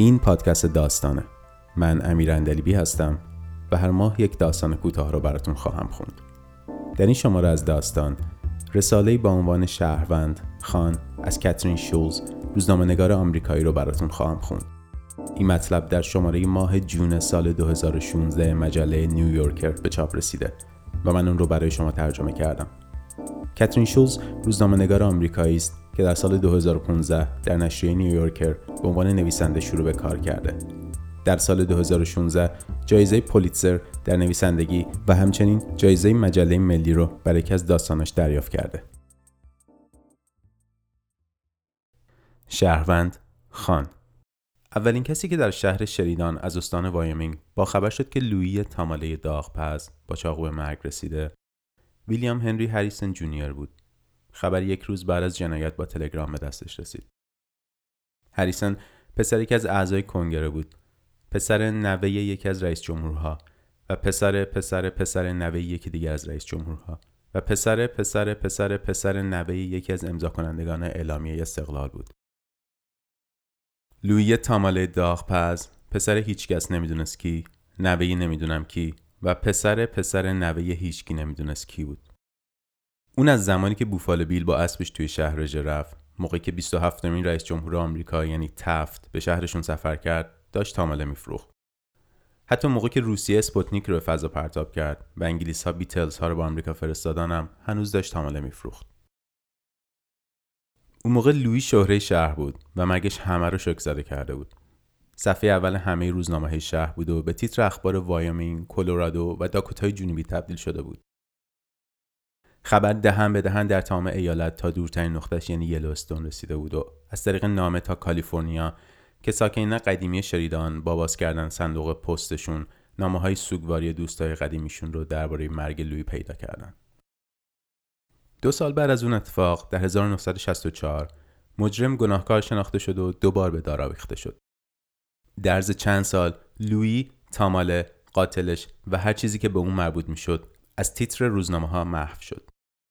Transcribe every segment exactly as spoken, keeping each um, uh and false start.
این پادکست داستانه. من امیر اندلیبی هستم و هر ماه یک داستان کوتاه رو براتون خواهم خوند. در این شماره از داستان، رساله‌ای با عنوان شهروند خان از کاترین شولز، روزنامه‌نگار آمریکایی رو براتون خواهم خوند. این مطلب در شماره ماه جون سال دو هزار و شانزده مجله نیویورکر به چاپ رسیده و من اون رو برای شما ترجمه کردم. کاترین شولز روزنامه‌نگار آمریکایی است که در سال دو هزار و پانزده در نشریه نیویورکر به عنوان نویسنده شروع به کار کرده. در سال دو هزار و شانزده جایزه پولیتزر در نویسندگی و همچنین جایزه مجله ملی رو برای یکی از داستاناش دریافت کرده. شهروند خان. اولین کسی که در شهر شریدان از استان وایومینگ با خبر شد که لویی تاماله داغ‌پز با چاقو به مرگ رسیده، ویلیام هنری هریسون جونیور بود. خبر یک روز بعد از جنایت با تلگرام به دستش رسید. هریسون پسر یکی از اعضای کنگره بود، پسر نوه یکی از رئیس جمهورها و پسر پسر پسر نوه یکی دیگر از رئیس جمهورها و پسر پسر پسر پسر نوه یکی از امضا کنندگان اعلامیه استقلال بود. لویی تاماله داغ‌پز، پسر هیچکس نمیدونست کی، نوه نمیدونم کی و پسر پسر نوه هیچکی نمیدونست کی بود. اون از زمانی که بوفالو بیل با اسبش توی شهر رژه رفت، موقعی که بیست و هفتمین رئیس جمهور آمریکا یعنی تفت به شهرشون سفر کرد، داشت تاماله میفروخت. حتی موقعی که روسیه اسپوتنیک رو به فضا پرتاب کرد و انگلیس‌ها بیتلز ها رو به آمریکا فرستادنم، هنوز داشت تاماله میفروخت. اون موقع لویی شهره شهر بود و مرگش همه رو شوک زده کرده بود. صفحه اول همه روزنامه‌های شهر بود و به تیتر اخبار وایومینگ، کلرادو و داکوتای جنوبی تبدیل شده بود. خبر دهن به دهن در تمام ایالت تا دورترین نقطه‌اش یعنی یلوستون رسیده بود و از طریق نامه تا کالیفرنیا که ساکنین قدیمی شریدان با باز کردن صندوق پستشون نامه‌های سوگواری دوستای قدیمیشون رو درباره مرگ لویی پیدا کردن. دو سال بعد از اون اتفاق در هزار و نهصد و شصت و چهار مجرم گناهکار شناخته شد و دوبار به دار آویخته شد. در عرض چند سال لویی تاماله، قاتلش و هر چیزی که به اون مربوط میشد از تیتر روزنامه‌ها محو شد.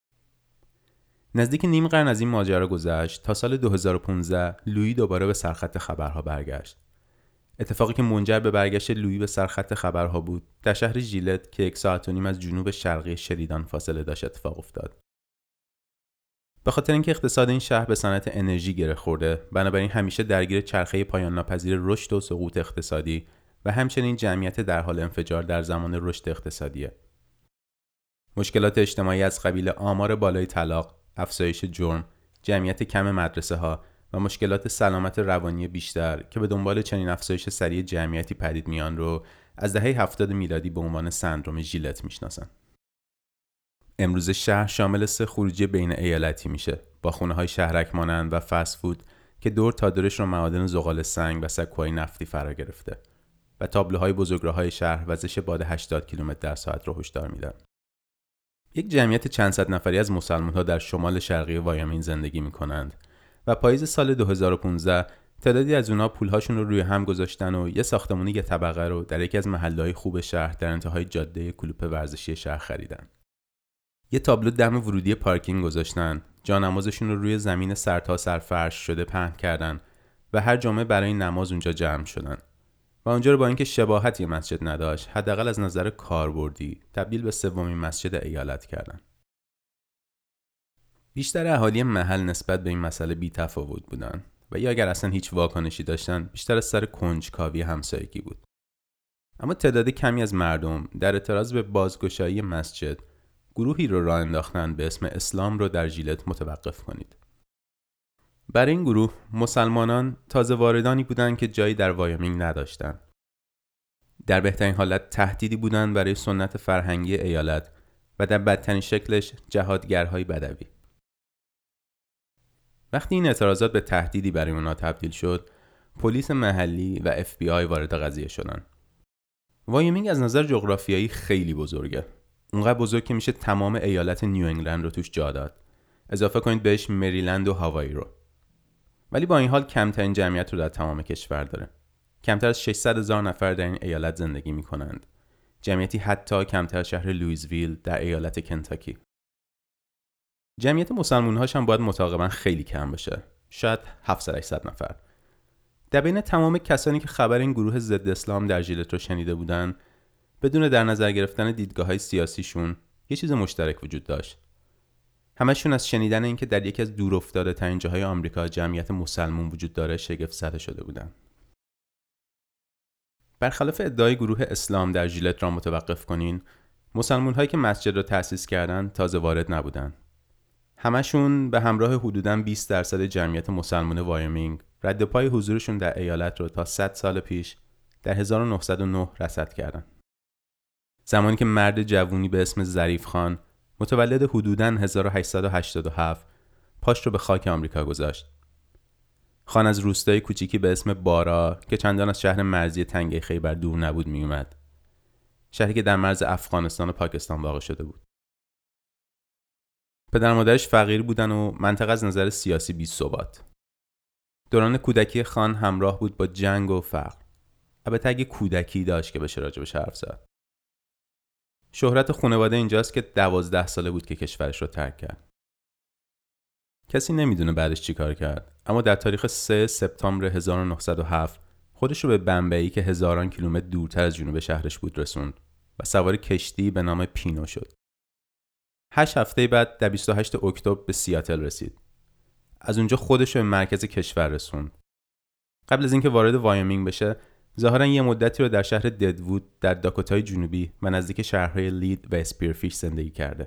نزدیک نیم قرن از این ماجرا گذشت تا سال دو هزار و پانزده لویی دوباره به سرخط خبرها برگشت. اتفاقی که منجر به برگشت لویی به سرخط خبرها بود در شهر ژیلت که یک ساعت و نیم از جنوب شرقی شریدان فاصله داشت اتفاق افتاد. به خاطر اینکه اقتصاد این شهر به صنعت انرژی گره خورده، بنابراین همیشه درگیر چرخه پایان ناپذیر رشد و سقوط اقتصادی و همچنین جمعیت در حال انفجار در زمان رشد اقتصادیه. مشکلات اجتماعی از قبیل آمار بالای طلاق، افزایش جرم، جمعیت کم مدرسه ها و مشکلات سلامت روانی بیشتر که به دنبال چنین افزایش سریع جمعیتی پدید میان رو از دهه هفتاد میلادی به عنوان سندرم ژیلت میشناسن. امروز شهر شامل سه خروجی بین ایالتی میشه با خونه‌های شهرک مانند و فست فود که دور تا دورش رو معادن زغال سنگ و سکوهای نفتی فرا گرفته و تابلوهای بزرگراه‌های شهر وزش باد هشتاد کیلومتر در ساعت رو هشدار میدن. یک جمعیت چند صد نفری از مسلمان‌ها در شمال شرقی وایومینگ زندگی می‌کنند و پاییز سال دو هزار و پانزده تعدادی از اونها پولهاشون رو روی هم گذاشتن و یه ساختمان یک طبقه رو در یکی از محله‌های خوب شهر در انتهای جاده کلوپ ورزشی شهر خریدن. یه تابلو دم ورودی پارکینگ گذاشتن، جانمازشون رو روی زمین سرتاسر فرش شده پهن کردن و هر جمعه برای نماز اونجا جمع شدن. و اونجا رو با اینکه شباهتی مسجد نداشت، حداقل از نظر کاربردی تبدیل به سومین مسجد ایالت کردن. بیشتر اهالی محل نسبت به این مسئله بی‌تفاوت بودن و یا اگر اصلا هیچ واکنشی داشتن، بیشتر از سر کنجکاوی همسایگی بود. اما تعداد کمی از مردم در اعتراض به بازگشایی مسجد گروهی رو راه انداختن به اسم اسلام رو در ژیلت متوقف کنید. برای این گروه مسلمانان تازه واردانی بودند که جایی در وایومینگ نداشتند. در بهترین حالت تهدیدی بودند برای سنت فرهنگی ایالت و در بدترین شکلش جهادگرهای بدوی. وقتی این اعتراضات به تهدیدی برای اونا تبدیل شد، پلیس محلی و اف بی آی وارد قضیه شدن. وایومینگ از نظر جغرافیایی خیلی بزرگه. اونقدر بزرگ که میشه تمام ایالت نیو انگلند رو توش جا داد. اضافه کنید بهش مریلند و هاوایی رو. ولی با این حال کمترین جمعیت رو در تمام کشور داره. کمتر از ششصد هزار نفر در این ایالت زندگی میکنند. جمعیتی حتی کمتر از شهر لوئیسویل در ایالت کنتاکی. جمعیت مسلمان‌هاش هم باید متعاقباً خیلی کم باشه. شاید هفتصد هشتصد نفر. در بین تمام کسانی که خبر این گروه ضد اسلام در ژیلت رو شنیده بودن، بدون در نظر گرفتن دیدگاه‌های سیاسیشون، یه چیز مشترک وجود داشت. همشون از شنیدن اینکه در یکی از دورافتاده‌ترین جاهای آمریکا جمعیت مسلمان وجود داره شگفت زده شده بودن. برخلاف ادعای گروه اسلام در ژیلت را متوقف کنین، مسلمان‌هایی که مسجد را تأسیس کردن تازه وارد نبودن. همشون به همراه حدوداً بیست درصد جمعیت مسلمان وایومینگ رد پای حضورشون در ایالت رو تا صد سال پیش در هزار و نهصد و نه رصد کردن. زمانی که مرد جوونی به اسم ظریف خان متولد حدوداً هزار و هشتصد و هشتاد و هفت پاش رو به خاک آمریکا گذاشت. خان از روستای کوچیکی به اسم بارا که چندان از شهر مرزی تنگه خیبر دور نبود می اومد. شهری که در مرز افغانستان و پاکستان واقع شده بود. پدر و مادرش فقیر بودن و منطقه از نظر سیاسی بی‌ثبات. دوران کودکی خان همراه بود با جنگ و فقر. البته اگه کودکی داشت که بشه راجبش حرف زد. شهرت خانواده اینجاست که دوازده ساله بود که کشورش رو ترک کرد. کسی نمیدونه بعدش چی کار کرد، اما در تاریخ سوم سپتامبر هزار و نهصد و هفت خودش رو به بمبئی که هزاران کیلومتر دورتر از جنوب شهرش بود رسوند و سوار کشتی به نام پینو شد. هشت هفته بعد در بیست و هشتم اکتبر به سیاتل رسید. از اونجا خودش رو به مرکز کشور رسوند. قبل از اینکه وارد وایومینگ بشه، ظاهراً یه مدتی رو در شهر ددوود در داکوتای جنوبی و نزدیک شهرهای لید و اسپیرفیش زندگی کرده.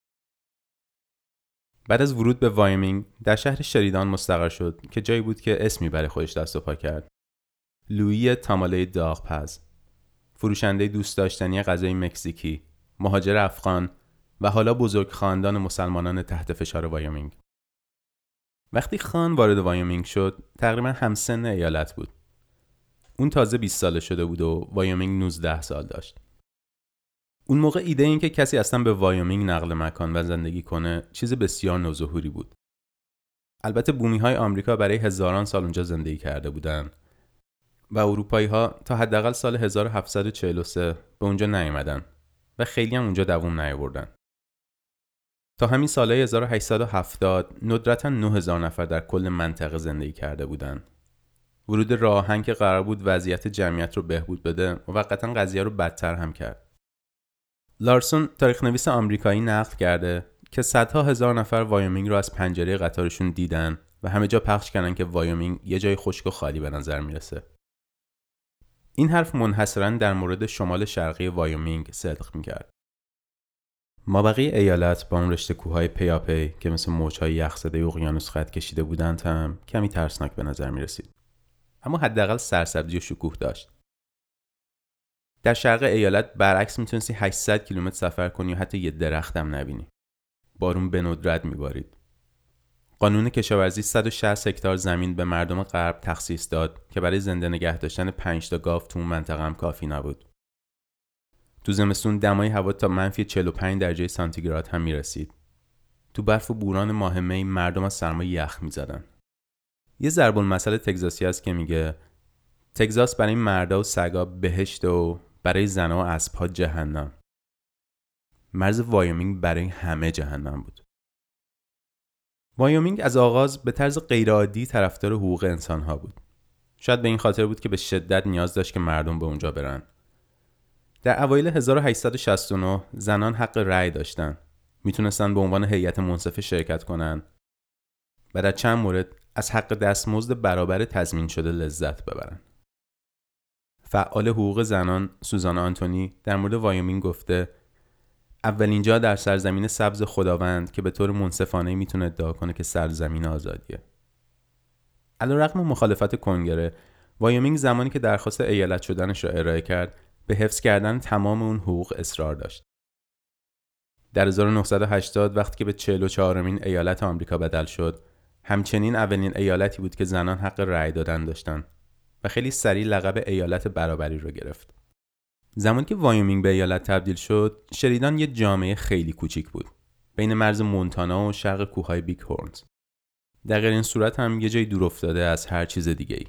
بعد از ورود به وایومینگ در شهر شریدان مستقر شد که جایی بود که اسمی برای خودش دست و پا کرد. لویی تاماله داغپز، فروشنده دوست داشتنی غذای مکزیکی، مهاجر افغان و حالا بزرگ خاندان مسلمانان تحت فشار وایومینگ. وقتی خان وارد وایومینگ شد، تقریبا همسن ایالت بود. اون تازه بیست ساله شده بود و وایومینگ نوزده سال داشت. اون موقع ایده این که کسی اصلا به وایومینگ نقل مکان و زندگی کنه چیز بسیار نوظهوری بود. البته بومی‌های آمریکا برای هزاران سال اونجا زندگی کرده بودن و اروپایی‌ها تا حداقل سال هزار و هفتصد و چهل و سه به اونجا نیومدن و خیلی هم اونجا دوام نیاوردن. تا همین سالهای هزار و هشتصد و هفتاد ندرتاً نه هزار نفر در کل منطقه زندگی کرده بودن. ورود راه آهن که قرار بود وضعیت جمعیت رو بهبود بده، موقتاً قضیه رو بدتر هم کرد. لارسون تاریخ‌نویس آمریکایی نقل کرده که صدها هزار نفر وایومینگ رو از پنجره قطارشون دیدن و همه جا پخش کردن که وایومینگ یه جای خشک و خالی به نظر میرسه. این حرف منحصراً در مورد شمال شرقی وایومینگ صدق میکرد. مابقی ایالت با اون رشته کوههای پیاپی که مثل موج‌های یخزده اقیانوس خط کشیده بودند هم کمی ترسناک به نظر میرسید. اما حداقل سرسبزی و شکوه داشت. در شرق ایالت برعکس میتونستی هشتصد کیلومتر سفر کنی و حتی یه درخت هم نبینی. بارون به ندرت میبارید. قانون کشاورزی صد و شصت هکتار زمین به مردم غرب تخصیص داد که برای زنده نگه داشتن پنج تا گاو تو اون منطقه هم کافی نبود. تو زمستون دمای هوا تا منفی چهل و پنج درجه سانتیگراد هم میرسید. تو برف و بوران ماه می مردم از سرما یخ میزدن. یه ضرب المثل تگزاسی هست که میگه تگزاس برای مردا و سگا بهشت و برای زنها و اسب‌ها جهنم. مرز وایومینگ برای همه جهنم بود. وایومینگ از آغاز به طرز غیرعادی طرفدار حقوق انسان‌ها بود. شاید به این خاطر بود که به شدت نیاز داشت که مردم به اونجا برن. در اوایل هزار و هشتصد و شصت و نه زنان حق رأی داشتن. میتونستن به عنوان هیئت منصفه شرکت کنن و در چند مورد از حق دستمزد برابر تضمین شده لذت ببرن. فعال حقوق زنان سوزان آنتونی در مورد وایومینگ گفته اولین جا در سرزمین سبز خداوند که به طور منصفانه میتونه ادعا کنه که سرزمین آزادیه. علیرغم مخالفت کنگره، وایومینگ زمانی که درخواست ایالت شدنش را ارائه کرد به حفظ کردن تمام اون حقوق اصرار داشت. در هزار و نهصد و هشتاد وقتی که به چهل و چهارمین ایالت آمریکا بدل شد، همچنین اولین ایالتی بود که زنان حق رأی دادن داشتن و خیلی سریع لقب ایالت برابری رو گرفت. زمانی که وایومینگ به ایالت تبدیل شد، شریدان یه جامعه خیلی کوچیک بود، بین مرز مونتانا و شرق کوههای بیگ هورنز. در غیر این صورت هم یه جای دور افتاده از هر چیز دیگه‌ای.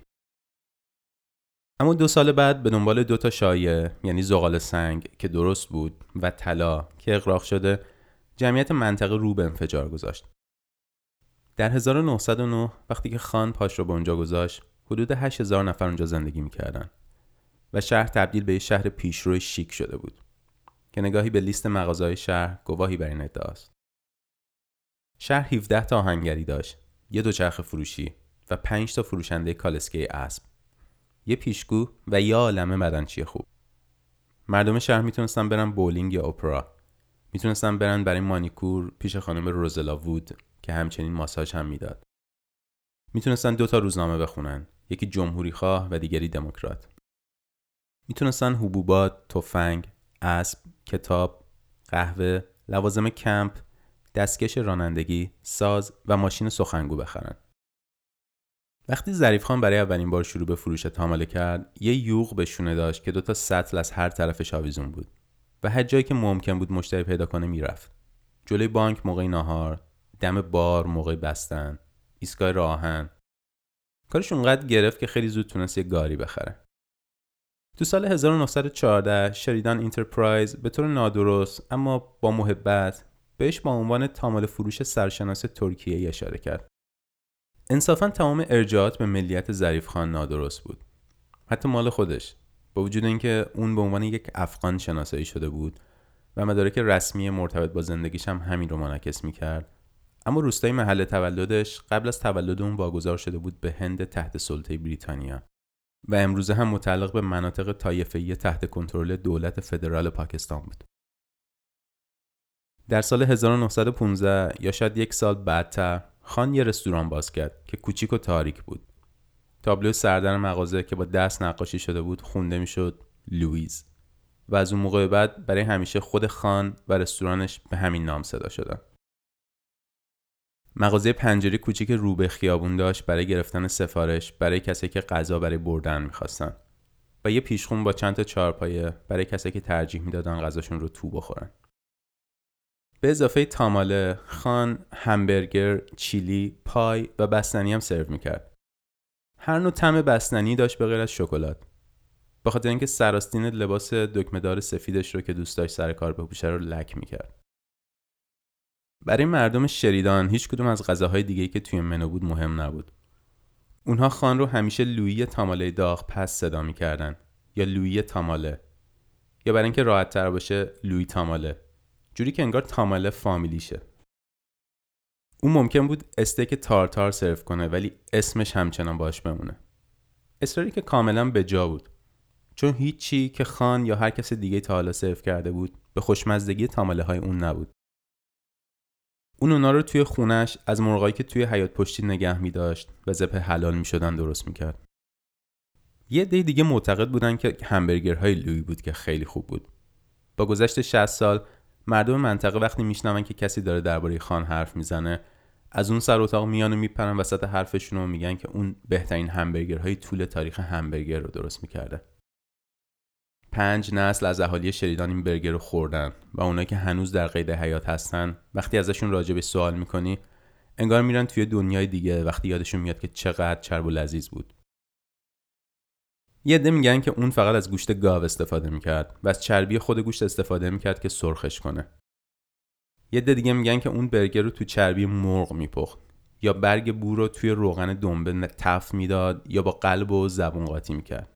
اما دو سال بعد به دنبال دو تا شایعه، یعنی زغال سنگ که درست بود و طلا که اغراق شده، جمعیت منطقه رو به انفجار گذاشت. در هزار و نهصد و نه وقتی که خان پاش رو به اونجا گذاشت، حدود هشت هزار نفر اونجا زندگی میکردن و شهر تبدیل به یه شهر پیشرو شیک شده بود که نگاهی به لیست مغازه‌های شهر گواهی بر این ادعاست. شهر هفده تا آهنگری داشت، یه دوچرخه فروشی و پنج تا فروشنده کالسکه اسب، یه پیشگو و یه عالمه بدنچی خوب. مردم شهر میتونستن برن بولینگ یا اپرا، میتونستن برن برای مانیکور پیش خانم روزلا وود که همچنین ماساژ هم میداد. میتونستن دو تا روزنامه بخونن، یکی جمهوری خواه و دیگری دموکرات. میتونستن حبوبات، تفنگ، اسب، کتاب، قهوه، لوازم کمپ، دستکش رانندگی، ساز و ماشین سخنگو بخرن. وقتی ظریف خان برای اولین بار شروع به فروش تاماله کرد، یه یوغ به شونه داشت که دو تا سطل از هر طرفش آویزون بود و هر جایی که ممکن بود مشتری پیدا کنه میرفت. جلوی بانک موقع ناهار، دم بار موقع بستن، ایستگاه راهن. کارش اونقدر گرفت که خیلی زود تونست یه گاری بخره. تو سال هزار و نهصد و چهارده شریدان اینترپرایز به طور نادرست اما با محبت بهش با عنوان تاماله فروش سرشناس ترکیه اشاره کرد. انصافاً تمام ارجاعات به ملیت ظریف خان نادرست بود. حتی مال خودش، با وجود اینکه اون به عنوان یک افغان شناسایی شده بود و مدارک رسمی مرتبط با زندگیش هم همین رو منعکس می‌کرد، اما روستای محل تولدش قبل از تولد اون واگذار شده بود به هند تحت سلطه بریتانیا و امروزه هم متعلق به مناطق طایفه‌ای تحت کنترل دولت فدرال پاکستان بود. در سال هزار و نهصد و پانزده یا شاید یک سال بعدتر خان یه رستوران باز کرد که کوچیک و تاریک بود. تابلو سردر مغازه که با دست نقاشی شده بود خونده میشد لوئیز و از اون موقع بعد برای همیشه خود خان و رستورانش به همین نام صدا شدن. مغازه پنجره کوچیک رو به خیابون داشت برای گرفتن سفارش برای کسایی که غذا برای بردن می‌خواستن و یه پیشخون با چند تا چهارپایه برای کسایی که ترجیح میدادن غذاشون رو تو بخورن. به اضافه تاماله، خان همبرگر، چیلی، پای و بستنی هم سرو میکرد. هر نوع طعم بستنی داشت به غیر از شکلات. به خاطر اینکه سراستین لباس دکمه‌دار سفیدش رو که دوست داشت سر کار بپوشه رو لک میکرد. برای مردم شریدان هیچ کدوم از غذاهای دیگه‌ای که توی منو بود مهم نبود. اونها خان رو همیشه لویی تاماله داغ پس صدا میکردن یا لویی تاماله، یا برای اینکه راحت تر باشه لویی تاماله، جوری که انگار تاماله فامیلیشه. اون ممکن بود استیک تارتار سرو کنه ولی اسمش همچنان باش بمونه. اصراری که کاملا به جا بود، چون هیچی که خان یا هر کس دیگه تا حالا سرو کرده بود به خوشمزدگی تاماله های اون نبود. اون اونا رو توی خونش از مرغایی که توی حیاط پشتی نگه می داشت و ذبح حلال می شدن درست می کرد. یه عده دیگه معتقد بودن که همبرگرهای لویی بود که خیلی خوب بود. با گذشت شصت سال مردم منطقه وقتی میشنون که کسی داره درباره خان حرف میزنه از اون سر اتاق میان و میپرن وسط حرفشون و میگن که اون بهترین همبرگرهای طول تاریخ همبرگر رو درست میکرده. پنج نسل از اهالی شریدان این برگر رو خوردن و اونایی که هنوز در قید حیات هستن وقتی ازشون راجع به سوال میکنی انگار میرن توی دنیای دیگه وقتی یادشون میاد که چقدر چرب و لذیذ بود. یه عده میگن که اون فقط از گوشت گاو استفاده میکرد و از چربی خود گوشت استفاده میکرد که سرخش کنه. یه عده دیگه میگن که اون برگر رو تو چربی مرغ میپخت یا برگ بو رو توی روغن دنبه تف میداد یا با قلب و زبون قاطی میکرد.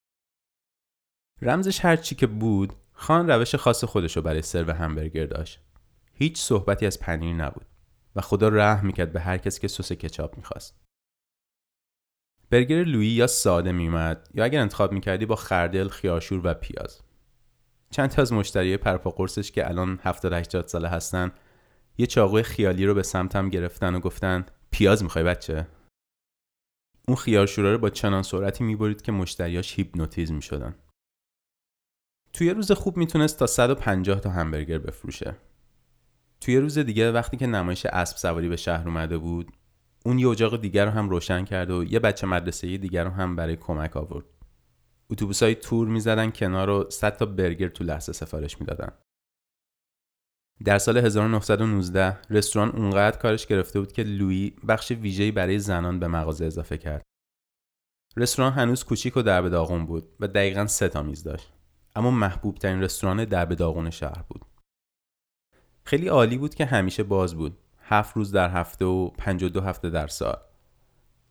رمزش هر چی که بود، خان روش خاص خودشو برای سرو همبرگر داشت. هیچ صحبتی از پنیر نبود و خدا رحم میکرد به هر کسی که سس کچاپ میخواست. برگر لویی یا ساده میومد یا اگر انتخاب میکردی با خردل، خیارشور و پیاز. چند تا از مشتریای پرپا قرصش که الان هفتاد هشتاد ساله هستن یه چاقوی خیالی رو به سمتم گرفتن و گفتن پیاز میخوای بچه؟ اون خیارشورا رو با چنان سرعتی میبرید که مشتریاش هیپنوتیزم میشدن. توی روز خوب میتونست تا صد و پنجاه تا همبرگر بفروشه. توی روز دیگه وقتی که نمایش اسب سواری به شهر اومده بود اون یه اجاق دیگر رو هم روشن کرد و یه بچه مدرسه‌ای دیگر رو هم برای کمک آورد. اتوبوسای تور میزدن کنار و صد تا برگر تو لحظه سفارش میدادن. در سال هزار و نهصد و نوزده رستوران اونقدر کارش گرفته بود که لویی بخش ویژه‌ای برای زنان به مغازه اضافه کرد. رستوران هنوز کوچیک و درب داغون بود و دقیقاً سه تا میز داشت، اما محبوب ترین رستوران درب داغون شهر بود. خیلی عالی بود که همیشه باز بود، هفت روز در هفته و پنجاه و دو هفته در سال.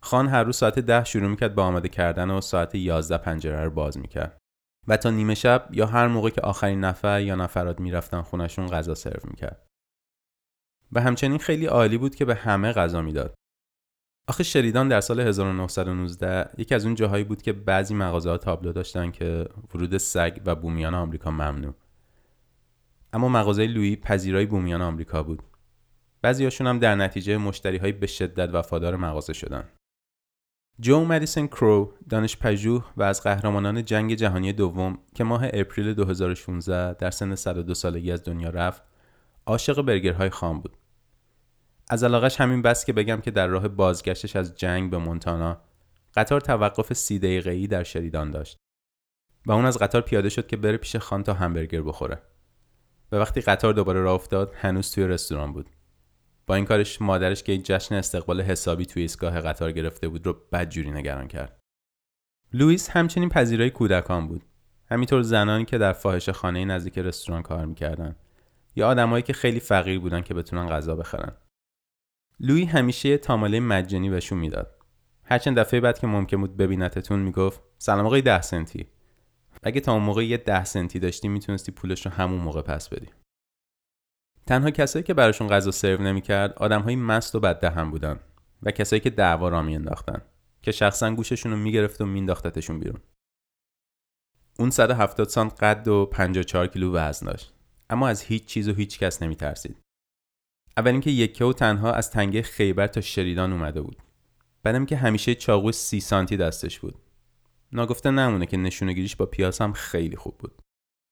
خان هر روز ساعت ده شروع میکرد به آماده کردن و ساعت یازده پنجره رو باز میکرد و تا نیمه شب یا هر موقع که آخرین نفر یا نفرات میرفتن خونشون غذا سرو میکرد. و همچنین خیلی عالی بود که به همه غذا میداد. آخه شریدان در سال هزار و نهصد و نوزده یکی از اون جاهایی بود که بعضی مغازه‌ها تابلو داشتن که ورود سگ و بومیان آمریکا ممنوع. اما مغازه لویی پذیرای بومیان آمریکا بود. بعضیاشون هم در نتیجه مشتری‌های به شدت وفادار مغازه شدن. جو مدیسن کرو، دانشپژوه و از قهرمانان جنگ جهانی دوم که ماه اپریل دو هزار و شانزده در سن صد و دو سالگی از دنیا رفت، عاشق برگرهای خام بود. از علاقش همین بس که بگم که در راه بازگشتش از جنگ به مونتانا قطار توقف سی دقیقه‌ای در شریدان داشت و اون از قطار پیاده شد که بره پیش خان تا همبرگر بخوره. و وقتی قطار دوباره راه افتاد هنوز توی رستوران بود. با این کارش مادرش که جشن استقبال حسابی توی ایستگاه قطار گرفته بود رو بدجوری نگران کرد. لوئیس همچنین پذیرای کودکان بود. همینطور زنانی که در فاحشه‌خانه نزدیک رستوران کار می‌کردن یا آدمایی که خیلی فقیر بودن که بتونن غذا بخرن. لویی همیشه یه تاماله مجانی بهشون میداد. هرچند دفعه بعد که ممکن بود ببینتتون میگفت سلام آقای ده سنتی. اگه تا اون موقع یه ده سنتی داشتی میتونستی پولش رو همون موقع پس بدی. تنها کسایی که براشون غذا سرو نمی‌کرد آدم‌های مست و بددهن بودن و کسایی که دعوا را میانداختن که شخصا گوششون رو میگرفت و مینداختتشون بیرون. اون صد و هفتاد سانت قد و پنجاه و چهار کیلو وزن داشت، اما از هیچ چیز و هیچ کس نمی‌ترسید. اول اینکه یکه و تنها از تنگه خیبر تا شریدان اومده بود. بعدم که همیشه چاقو سی سانتی دستش بود. ناگفته نمونه که نشونگیریش با پیاس هم خیلی خوب بود.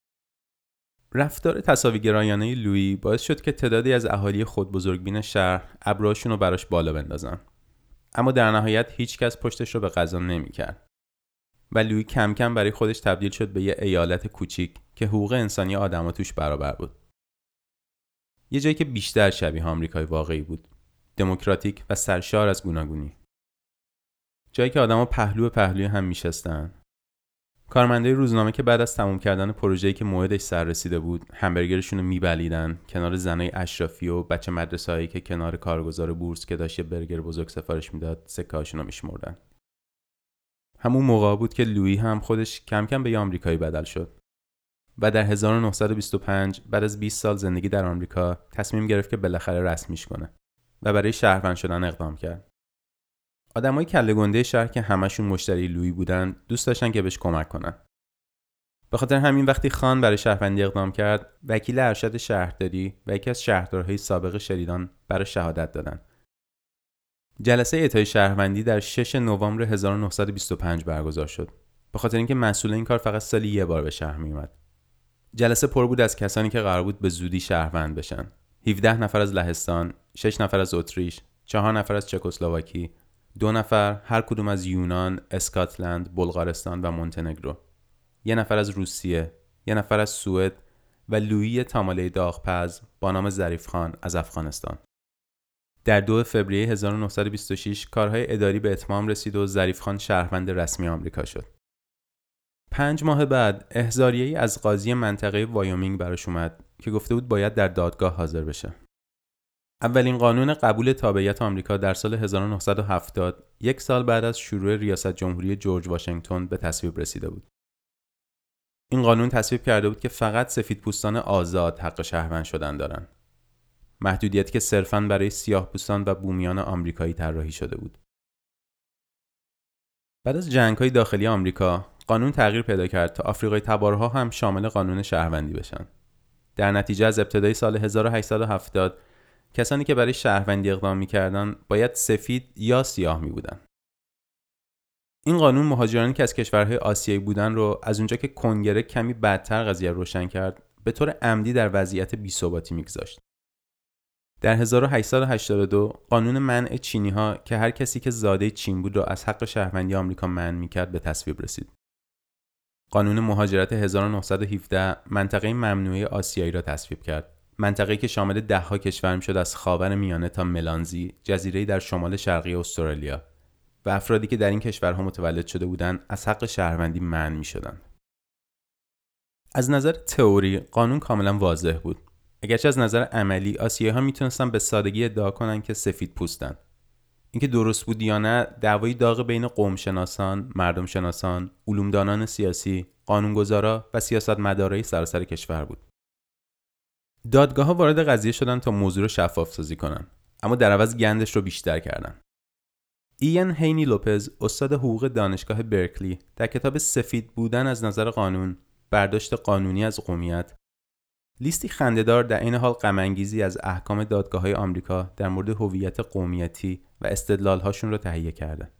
رفتار تساوی‌گرایانه لویی باعث شد که تعدادی از اهالی خود بزرگبین شهر ابروهاشون رو براش بالا بندازن. اما در نهایت هیچ کس پشتش رو به قضا نمی‌کرد. و لویی کم کم برای خودش تبدیل شد به یه ایالت کوچیک که حقوق انسانی آدما توش برابر بود. یه جایی که بیشتر شبیه آمریکای واقعی بود، دموکراتیک و سرشار از گوناگونی. جایی که آدما پهلو به پهلوی هم میشستن. کارمندای روزنامه که بعد از تموم کردن پروژه‌ای که موعدش سر رسیده بود، همبرگرشون رو میبلیدن کنار زنای اشرافی و بچه مدرسه‌ای که کنار کارگزار بورس که داشت یه برگر بزرگ سفارش میداد، سکه‌هاشون رو میشمردن. همون موقع بود که لویی هم خودش کم کم به یه آمریکایی بدل شد. و در هزار و نهصد و بیست و پنج بعد از بیست سال زندگی در آمریکا تصمیم گرفت که بالاخره رسمیش کنه و برای شهروند شدن اقدام کرد. آدمای کله گنده شهر که همشون مشتری لویی بودن دوست داشتن که بهش کمک کنن. به خاطر همین وقتی خان برای شهروندی اقدام کرد، وکیل ارشد شهرداری و یکی از شهردارهای سابق شریدان برای شهادت دادن. جلسه اعطای شهروندی در ششم نوامبر هزار و نهصد و بیست و پنج برگزار شد. به خاطر اینکه مسئول این کار فقط سالی یه بار به شهر می اومد. جلسه پر بود از کسانی که قرار بود به زودی شهروند بشن. هفده نفر از لهستان، شش نفر از اتریش، چهار نفر از چکسلواکی، دو نفر هر کدوم از یونان، اسکاتلند، بلغارستان و مونتنگرو، یه نفر از روسیه، یه نفر از سوئد و لویی تاماله داغپز با نام ظریف خان از افغانستان. در دو فوریه هزار و نهصد و بیست و شش کارهای اداری به اتمام رسید و ظریف خان شهروند رسمی آمریکا شد. پنج ماه بعد احضاریه‌ای از قاضی منطقه وایومینگ براش اومد که گفته بود باید در دادگاه حاضر بشه. اولین قانون قبول تابعیت آمریکا در سال هزار و نهصد و هفتاد، یک سال بعد از شروع ریاست جمهوری جورج واشنگتن به تصویب رسیده بود. این قانون تصویب کرده بود که فقط سفیدپوستان آزاد حق شهروند شدن دارن. محدودیتی که صرفاً برای سیاه‌پوستان و بومیان آمریکایی طراحی شده بود. بعد از جنگ‌های داخلی آمریکا، قانون تغییر پیدا کرد تا آفریقای تبارها هم شامل قانون شهروندی بشن. در نتیجه از ابتدای سال هزار و هشتصد و هفتاد کسانی که برای شهروندی اقدام می‌کردند باید سفید یا سیاه می‌بودن. این قانون مهاجرانی که از کشورهای آسیایی بودن رو از اونجا که کنگره کمی بدتر قضیه روشن کرد، به طور عمدی در وضعیت بی‌ثباتی می‌گذاشت. در هزار و هشتصد و هشتاد و دو قانون منع چینی‌ها که هر کسی که زاده چین بود را از حق شهروندی آمریکا منع می‌کرد به تصویب رسید. قانون مهاجرت هزار و نهصد و هفده منطقه ممنوعه آسیایی را تصویب کرد. منطقه‌ای که شامل ده ها کشور می‌شد از خاور میانه تا ملانزی، جزیره‌ای در شمال شرقی استرالیا، و افرادی که در این کشورها متولد شده بودند از حق شهروندی منع می‌شدند. از نظر تئوری قانون کاملا واضح بود. اگرچه از نظر عملی آسیایی‌ها میتونستن به سادگی ادعا کنن که سفید پوستن. اینکه درست بود یا نه دعوای داغ بین قوم شناسان، مردم شناسان، علومدانان سیاسی، قانونگذارا و سیاستمدارای سراسر کشور بود. دادگاه‌ها وارد قضیه شدن تا موضوع رو شفاف سازی کنن، اما در عوض گندش رو بیشتر کردن. ایان هینی لوپز، استاد حقوق دانشگاه برکلی، در کتاب سفید بودن از نظر قانون، برداشت قانونی از قومیت، لیستی خنده‌دار در این حال غم‌انگیزی از احکام دادگاه‌های آمریکا در مورد هویت قومیتی و استدلال‌هاشون رو تهیه کرده.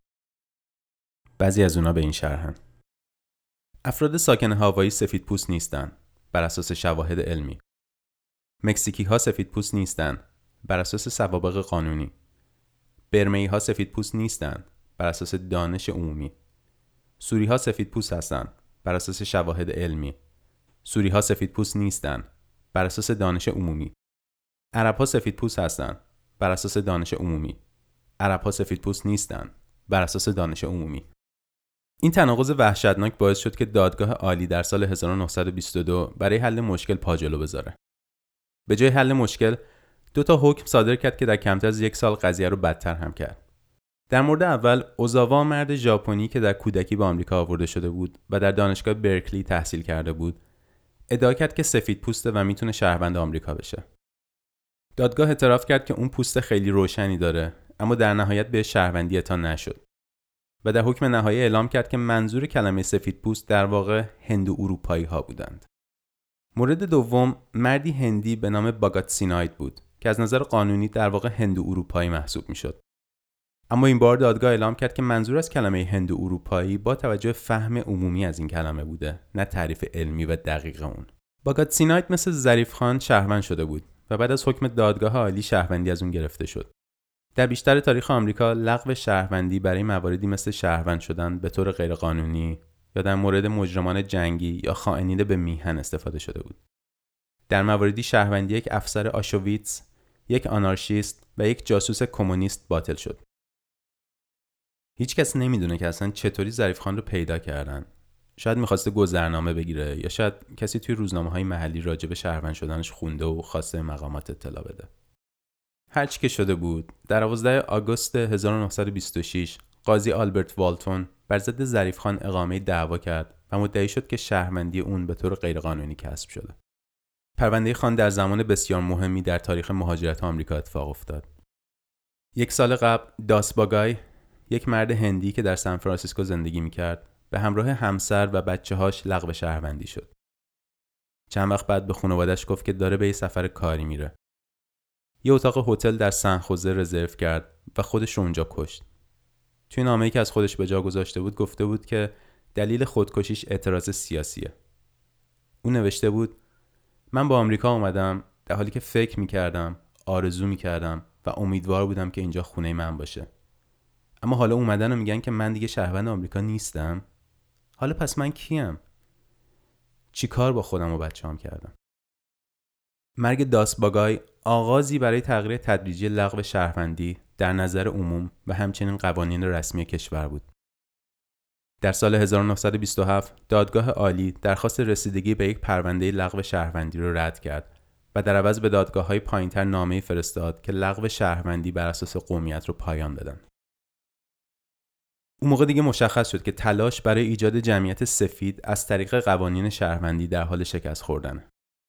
بعضی از اونا به این شرحن: افراد ساکن هاوایی سفیدپوست نیستن بر اساس شواهد علمی. مکزیکی‌ها سفیدپوست نیستن بر اساس سوابق قانونی. برمه‌ای‌ها سفیدپوست نیستن بر اساس دانش عمومی. سوری‌ها سفیدپوست هستن بر اساس شواهد علمی. سوری‌ها سفیدپوست نیستن بر اساس دانش عمومی. عرب‌ها سفیدپوست هستن بر اساس دانش عمومی. عرب‌ها سفیدپوست نیستن بر اساس دانش عمومی. این تناقض وحشتناک باعث شد که دادگاه عالی در سال هزار و نهصد و بیست و دو برای حل مشکل پا جلو بذاره. به جای حل مشکل، دو تا حکم صادر کرد که در کمتر از یک سال قضیه رو بدتر هم کرد. در مورد اول، اوزاوا، مرد ژاپنی که در کودکی به آمریکا آورده شده بود و در دانشگاه برکلی تحصیل کرده بود، ادعا کرد که سفید پوسته و میتونه شهروند آمریکا بشه. دادگاه اعتراف کرد که اون پوست خیلی روشنی داره، اما در نهایت به شهروندی اعطا نشد. و در حکم نهایی اعلام کرد که منظور کلمه سفید پوست در واقع هندو اروپایی ها بودند. مورد دوم، مردی هندی به نام باگات سینایت بود که از نظر قانونی در واقع هندو اروپایی محسوب میشد. اما این بار دادگاه اعلام کرد که منظور از کلمه هندو اروپایی با توجه فهم عمومی از این کلمه بوده، نه تعریف علمی و دقیق اون. باگات سینایت مثل ظریف خان شهروند شده بود و بعد از حکم دادگاه عالی شهروندی از اون گرفته شد. در بیشتر تاریخ آمریکا لغو شهروندی برای مواردی مثل شهروند شدن به طور غیرقانونی یا در مورد مجرمان جنگی یا خائنین به میهن استفاده شده بود. در مواردی شهروندی یک افسر آشویتس، یک آنارشیست و یک جاسوس کمونیست باطل شد. هیچ کس نمیدونه که اصلا چطوری ظریف خان رو پیدا کردن. شاید میخواسته گذرنامه بگیره یا شاید کسی توی روزنامه‌های محلی راجع به شهروند شدنش خونده و خواسته مقامات اطلاع بده. هر چی که شده بود، در دوازدهم آگوست هزار و نهصد و بیست و شش قاضی آلبرت والتون بر ضد ظریف خان اقامه دعوا کرد و مدعی شد که شهروندی اون به طور غیرقانونی کسب شده. پرونده خان در زمان بسیار مهمی در تاریخ مهاجرت آمریکا اتفاق افتاد. یک سال قبل داس باگای، یک مرد هندی که در سان فرانسیسکو زندگی می‌کرد، به همراه همسر و بچه‌هاش لغو شهروندی شد. چند وقت بعد به خانواده‌اش گفت که داره به یه سفر کاری میره. یه اتاق هتل در سن خوزه رزرو کرد و خودش رو اونجا کشت. توی نامه‌ای که از خودش به جا گذاشته بود گفته بود که دلیل خودکشیش اعتراض سیاسیه. اون نوشته بود: من با آمریکا اومدم در حالی که فکر می‌کردم، آرزو می‌کردم و امیدوار بودم که اینجا خونه من باشه. اما حالا اومدن و میگن که من دیگه شهروند آمریکا نیستم. حالا پس من کیم؟ چی کار با خودم و بچه‌ام کردم؟ مرگ داس باگای آغازی برای تغییر تدریجی لغو شهروندی در نظر عموم و همچنین قوانین رسمی کشور بود. در سال هزار و نهصد و بیست و هفت دادگاه عالی درخواست رسیدگی به یک پرونده لغو شهروندی را رد کرد و در عوض به دادگاه‌های پایین‌تر نامه‌ای فرستاد که لغو شهروندی بر اساس قومیت را پایان بدن. اون موقع دیگه مشخص شد که تلاش برای ایجاد جمعیت سفید از طریق قوانین شهروندی در حال شکست خوردنه.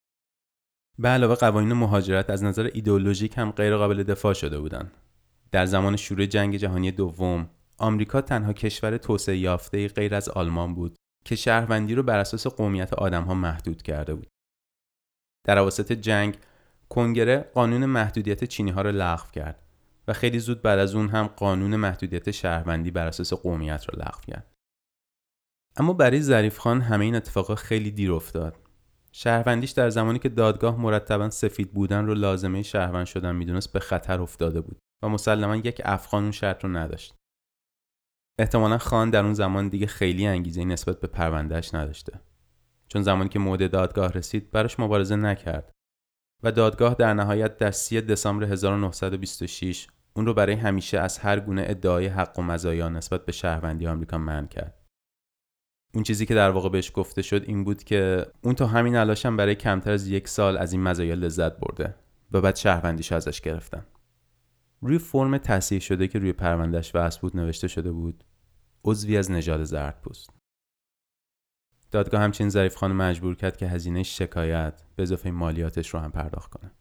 به علاوه قوانین مهاجرت از نظر ایدئولوژیک هم غیر قابل دفاع شده بودند. در زمان شروع جنگ جهانی دوم، آمریکا تنها کشور توسعه یافته غیر از آلمان بود که شهروندی رو بر اساس قومیت آدم‌ها محدود کرده بود. در اواسط جنگ، کنگره قانون محدودیت چینی‌ها را لغو کرد و خیلی زود بعد از اون هم قانون محدودیت شهروندی بر اساس قومیت را لغو کرد. اما برای ظریف خان همه این اتفاقات خیلی دیر افتاد. شهروندیش در زمانی که دادگاه مرتباً سفید بودن رو لازمه شهروند شدن میدونست به خطر افتاده بود و مسلماً یک افغان اون شرط رو نداشت. احتمالاً خان در اون زمان دیگه خیلی انگیزه نسبت به پروندهش نداشته، چون زمانی که موعد دادگاه رسید براش مبارزه نکرد و دادگاه در نهایت در سوم دسامبر هزار و نهصد و بیست و شش اون رو برای همیشه از هر گونه ادعای حق و مزایا نسبت به شهروندی آمریکا منع کرد. اون چیزی که در واقع بهش گفته شد این بود که اون تا همین الاشم برای کمتر از یک سال از این مزایا لذت برده و بعد شهروندیش ازش گرفتن. روی فرم تصحیح شده که روی پروندهش وصل بود نوشته شده بود عضوی از نژاد زرتپوست. دادگاه همچنین ظریف خان مجبور کرد که هزینه شکایت به اضافه مالیاتش رو هم پرداخت کنه.